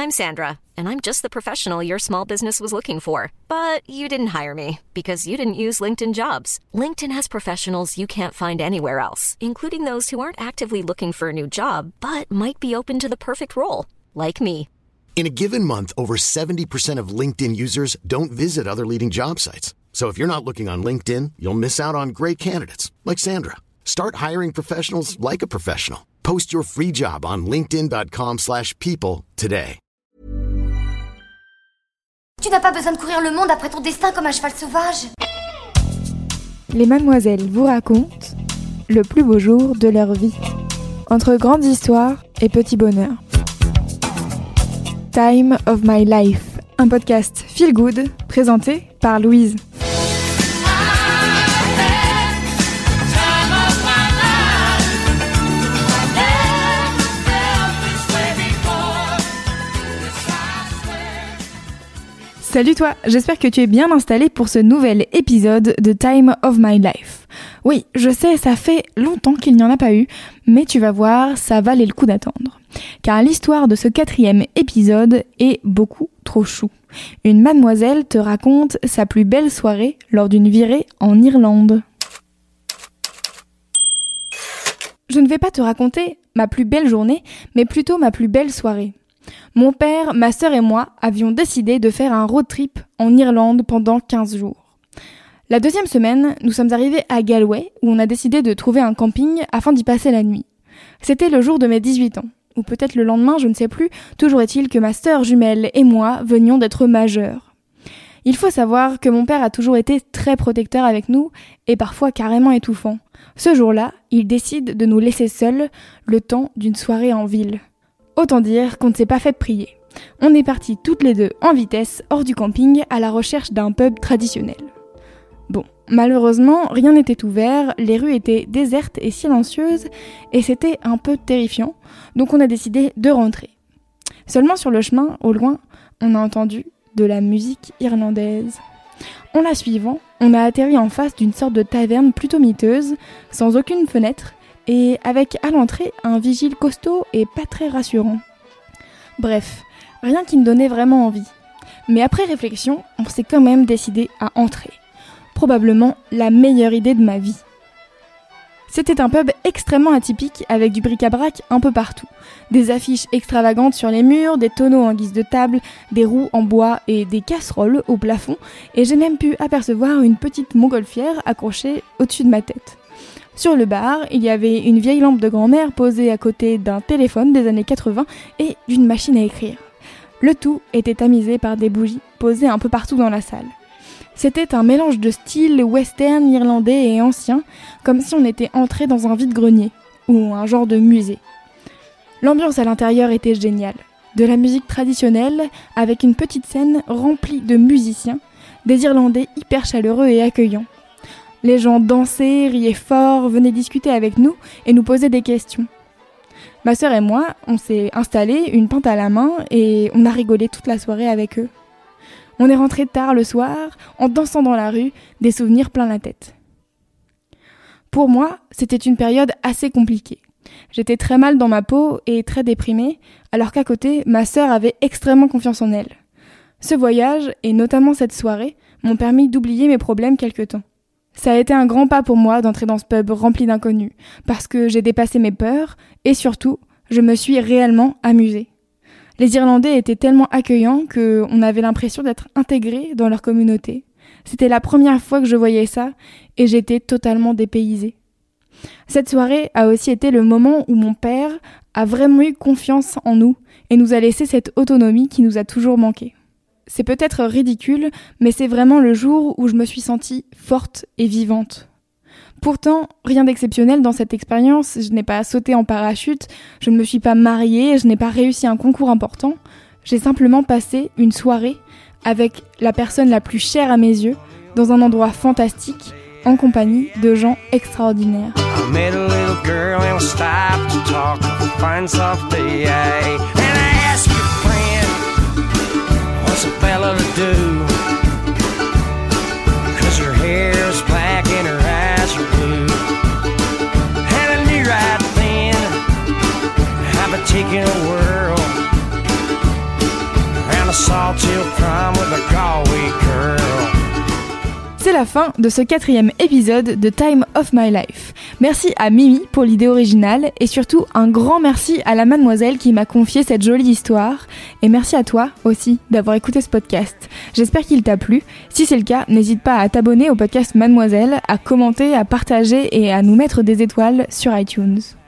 I'm Sandra, and I'm just the professional your small business was looking for. But you didn't hire me because you didn't use LinkedIn Jobs. LinkedIn has professionals you can't find anywhere else, including those who aren't actively looking for a new job, but might be open to the perfect role, like me. In a given month, over 70% of LinkedIn users don't visit other leading job sites. So if you're not looking on LinkedIn, you'll miss out on great candidates like Sandra. Start hiring professionals like a professional. Post your free job on linkedin.com/people today. Tu n'as pas besoin de courir le monde après ton destin comme un cheval sauvage. Les mademoiselles vous racontent le plus beau jour de leur vie. Entre grandes histoires et petits bonheurs. Time of My Life, un podcast feel good présenté par Louise. Salut toi, j'espère que tu es bien installé pour ce nouvel épisode de Time of My Life. Oui, je sais, ça fait longtemps qu'il n'y en a pas eu, mais tu vas voir, ça valait le coup d'attendre. Car l'histoire de ce 4e épisode est beaucoup trop chou. Une mademoiselle te raconte sa plus belle soirée lors d'une virée en Irlande. Je ne vais pas te raconter ma plus belle journée, mais plutôt ma plus belle soirée. Mon père, ma sœur et moi avions décidé de faire un road trip en Irlande pendant 15 jours. La 2e semaine, nous sommes arrivés à Galway où on a décidé de trouver un camping afin d'y passer la nuit. C'était le jour de mes 18 ans, ou peut-être le lendemain, je ne sais plus, toujours est-il que ma sœur jumelle et moi venions d'être majeurs. Il faut savoir que mon père a toujours été très protecteur avec nous et parfois carrément étouffant. Ce jour-là, il décide de nous laisser seuls le temps d'une soirée en ville. Autant dire qu'on ne s'est pas fait prier. On est partis toutes les deux en vitesse hors du camping à la recherche d'un pub traditionnel. Bon, malheureusement, rien n'était ouvert, les rues étaient désertes et silencieuses et c'était un peu terrifiant, donc on a décidé de rentrer. Seulement sur le chemin, au loin, on a entendu de la musique irlandaise. En la suivant, on a atterri en face d'une sorte de taverne plutôt miteuse, sans aucune fenêtre, et avec à l'entrée un vigile costaud et pas très rassurant. Bref, rien qui ne donnait vraiment envie. Mais après réflexion, on s'est quand même décidé à entrer. Probablement la meilleure idée de ma vie. C'était un pub extrêmement atypique avec du bric-à-brac un peu partout. Des affiches extravagantes sur les murs, des tonneaux en guise de table, des roues en bois et des casseroles au plafond, et j'ai même pu apercevoir une petite montgolfière accrochée au-dessus de ma tête. Sur le bar, il y avait une vieille lampe de grand-mère posée à côté d'un téléphone des années 80 et d'une machine à écrire. Le tout était tamisé par des bougies posées un peu partout dans la salle. C'était un mélange de style western irlandais et ancien, comme si on était entré dans un vide-grenier, ou un genre de musée. L'ambiance à l'intérieur était géniale. De la musique traditionnelle, avec une petite scène remplie de musiciens, des Irlandais hyper chaleureux et accueillants. Les gens dansaient, riaient fort, venaient discuter avec nous et nous posaient des questions. Ma sœur et moi, on s'est installés, une pinte à la main, et on a rigolé toute la soirée avec eux. On est rentrés tard le soir, en dansant dans la rue, des souvenirs plein la tête. Pour moi, c'était une période assez compliquée. J'étais très mal dans ma peau et très déprimée, alors qu'à côté, ma sœur avait extrêmement confiance en elle. Ce voyage, et notamment cette soirée, m'ont permis d'oublier mes problèmes quelque temps. Ça a été un grand pas pour moi d'entrer dans ce pub rempli d'inconnus, parce que j'ai dépassé mes peurs, et surtout, je me suis réellement amusée. Les Irlandais étaient tellement accueillants qu'on avait l'impression d'être intégrés dans leur communauté. C'était la première fois que je voyais ça, et j'étais totalement dépaysée. Cette soirée a aussi été le moment où mon père a vraiment eu confiance en nous, et nous a laissé cette autonomie qui nous a toujours manqué. C'est peut-être ridicule, mais c'est vraiment le jour où je me suis sentie forte et vivante. Pourtant, rien d'exceptionnel dans cette expérience, je n'ai pas sauté en parachute, je ne me suis pas mariée, je n'ai pas réussi un concours important. J'ai simplement passé une soirée avec la personne la plus chère à mes yeux, dans un endroit fantastique, en compagnie de gens extraordinaires. I met a little girl and we stopped to talk on a fine soft day. And I asked your friend, what's a fella to do? 'Cause her hair is black and her eyes are blue. And I knew right then how particular world a sawtooth prom with a Galway girl. C'est la fin de ce 4e épisode de Time of My Life. Merci à Mimi pour l'idée originale et surtout un grand merci à la mademoiselle qui m'a confié cette jolie histoire. Et merci à toi aussi d'avoir écouté ce podcast. J'espère qu'il t'a plu. Si c'est le cas, n'hésite pas à t'abonner au podcast Mademoiselle, à commenter, à partager et à nous mettre des étoiles sur iTunes.